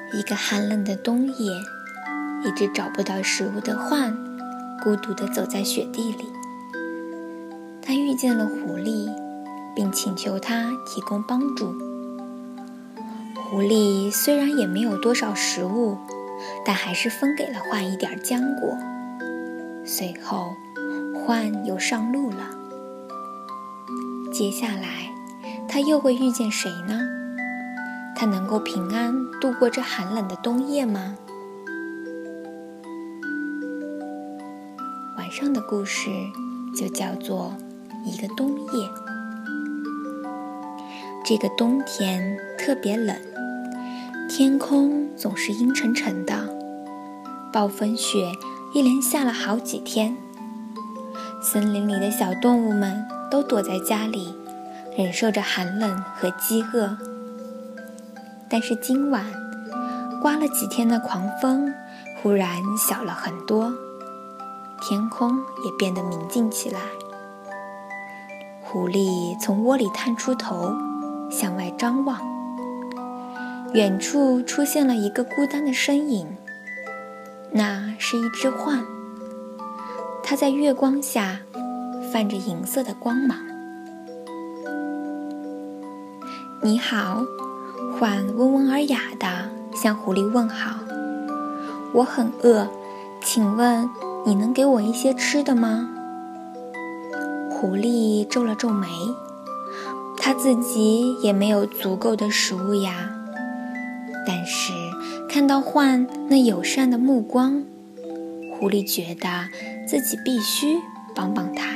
一个寒冷的冬夜，一直找不到食物的獾孤独地走在雪地里。他遇见了狐狸，并请求他提供帮助。狐狸虽然也没有多少食物，但还是分给了獾一点浆果。随后，獾又上路了。接下来，他又会遇见谁呢？他能够平安度过这寒冷的冬夜吗？晚上的故事就叫做一个冬夜。这个冬天特别冷，天空总是阴沉沉的，暴风雪一连下了好几天。森林里的小动物们都躲在家里，忍受着寒冷和饥饿。但是今晚，刮了几天的狂风忽然小了很多，天空也变得明净起来。狐狸从窝里探出头，向外张望。远处出现了一个孤单的身影，那是一只獾。它在月光下泛着银色的光芒。你好，獾温文尔雅地向狐狸问好。我很饿，请问你能给我一些吃的吗？狐狸皱了皱眉，他自己也没有足够的食物呀。但是看到獾那友善的目光，狐狸觉得自己必须帮帮他。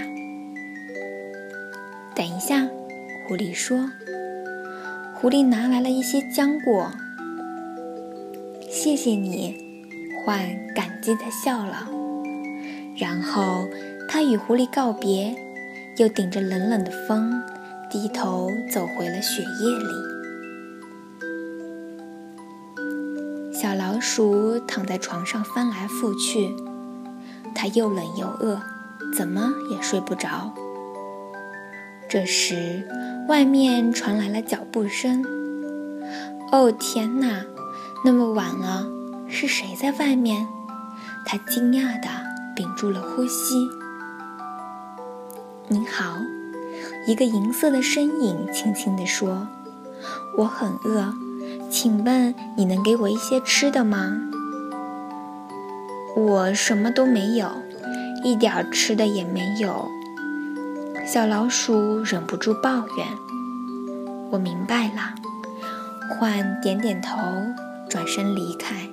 等一下，狐狸说。狐狸拿来了一些浆果。谢谢你，獾感激地笑了。然后他与狐狸告别，又顶着冷冷的风，低头走回了雪夜里。小老鼠躺在床上翻来覆去，它又冷又饿，怎么也睡不着。这时，外面传来了脚步声。哦，天哪，那么晚了，是谁在外面？它惊讶地屏住了呼吸。你好，一个银色的身影轻轻地说。我很饿，请问你能给我一些吃的吗？我什么都没有，一点吃的也没有。小老鼠忍不住抱怨。我明白了，獾点点头，转身离开。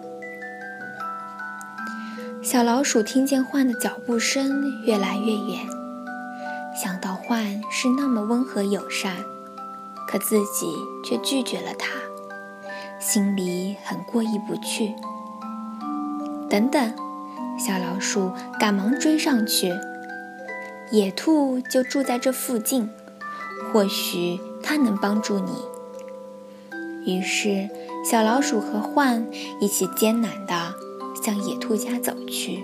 小老鼠听见獾的脚步声越来越远，想到獾是那么温和友善，可自己却拒绝了他，心里很过意不去。等等，小老鼠赶忙追上去。野兔就住在这附近，或许它能帮助你。于是，小老鼠和獾一起艰难地向野兔家走去。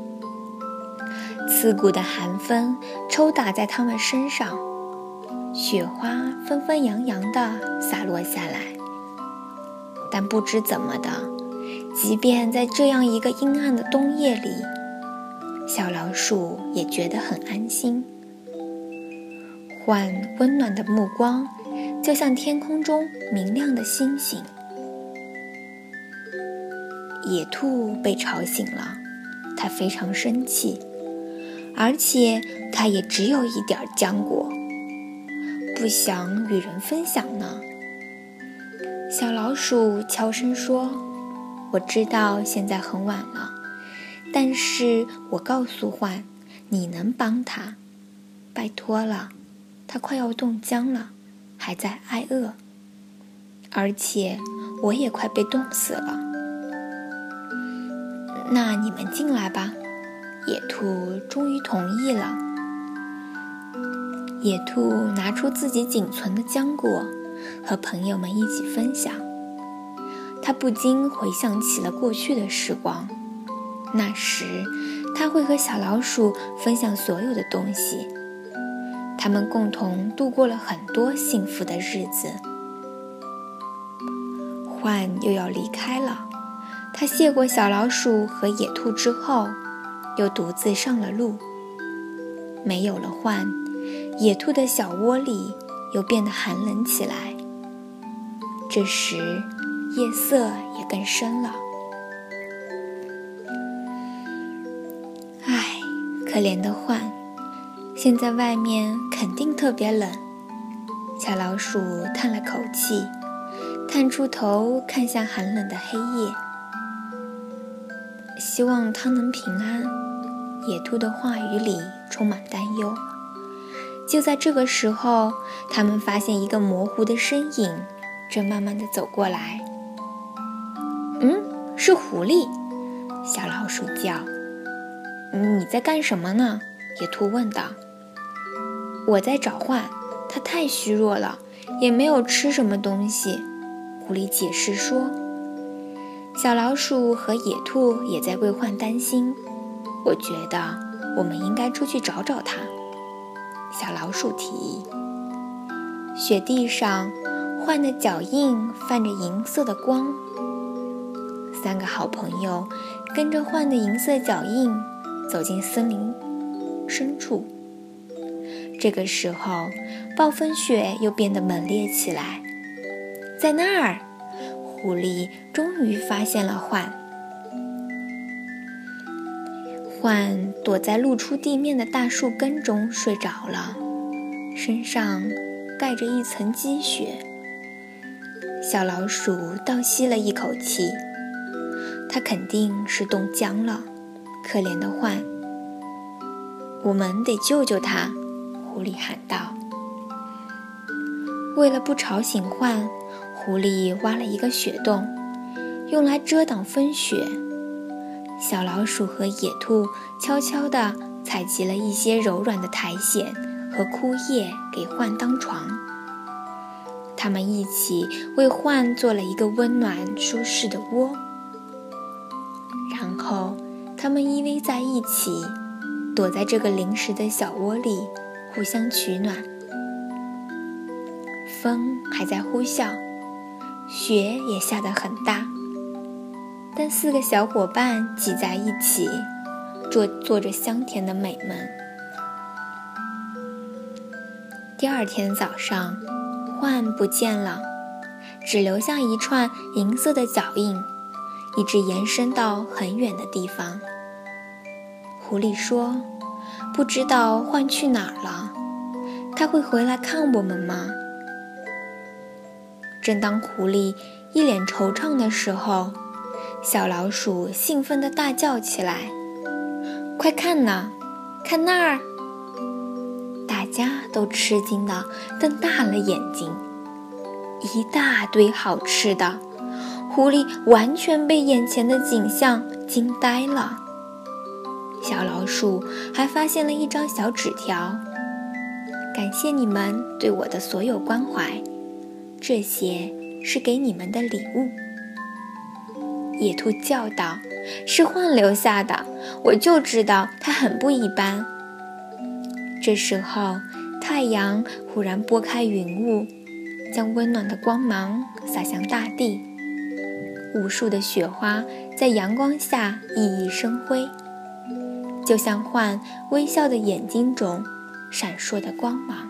刺骨的寒风抽打在它们身上，雪花纷纷扬扬地洒落下来。但不知怎么的，即便在这样一个阴暗的冬夜里，小老鼠也觉得很安心。獾温暖的目光就像天空中明亮的星星。野兔被吵醒了，它非常生气，而且它也只有一点浆果，不想与人分享呢。小老鼠悄声说，我知道现在很晚了，但是我告诉獾，你能帮他，拜托了，他快要冻僵了，还在挨饿，而且我也快被冻死了。那你们进来吧。野兔终于同意了。野兔拿出自己仅存的浆果，和朋友们一起分享。他不禁回想起了过去的时光，那时他会和小老鼠分享所有的东西，他们共同度过了很多幸福的日子。 獾又要离开了，他谢过小老鼠和野兔之后，又独自上了路。没有了獾，野兔的小窝里又变得寒冷起来。这时夜色也更深了。唉，可怜的獾，现在外面肯定特别冷。小老鼠叹了口气，探出头看向寒冷的黑夜。希望它能平安。野兔的话语里充满担忧。就在这个时候，他们发现一个模糊的身影正慢慢地走过来。是狐狸！小老鼠叫。你在干什么呢？野兔问道。我在找獾，它太虚弱了，也没有吃什么东西。狐狸解释说。小老鼠和野兔也在为獾担心。我觉得我们应该出去找找它。小老鼠提议。雪地上，獾的脚印泛着银色的光。三个好朋友跟着獾的银色脚印走进森林深处。这个时候，暴风雪又变得猛烈起来。在那儿，狐狸终于发现了獾。獾躲在露出地面的大树根中睡着了，身上盖着一层积雪。小老鼠倒吸了一口气，它肯定是冻僵了，可怜的獾。我们得救救它，狐狸喊道。为了不吵醒獾，狐狸挖了一个雪洞，用来遮挡风雪。小老鼠和野兔悄悄地采集了一些柔软的苔藓和枯叶给獾当床。他们一起为獾做了一个温暖舒适的窝，然后他们依偎在一起，躲在这个临时的小窝里，互相取暖。风还在呼啸，雪也下得很大，但四个小伙伴挤在一起，做着香甜的美梦。第二天早上，獾不见了，只留下一串银色的脚印，一直延伸到很远的地方。狐狸说：“不知道獾去哪儿了，他会回来看我们吗？”正当狐狸一脸惆怅的时候，小老鼠兴奋地大叫起来：“快看呐，看那儿！”大家都吃惊地瞪大了眼睛。一大堆好吃的，狐狸完全被眼前的景象惊呆了。小老鼠还发现了一张小纸条：“感谢你们对我的所有关怀，这些是给你们的礼物。”野兔叫道：“是獾留下的，我就知道它很不一般。”这时候，太阳忽然拨开云雾，将温暖的光芒洒向大地。无数的雪花在阳光下熠熠生辉，就像獾微笑的眼睛中闪烁的光芒。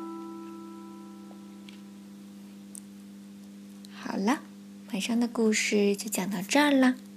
好了，晚上的故事就讲到这儿了。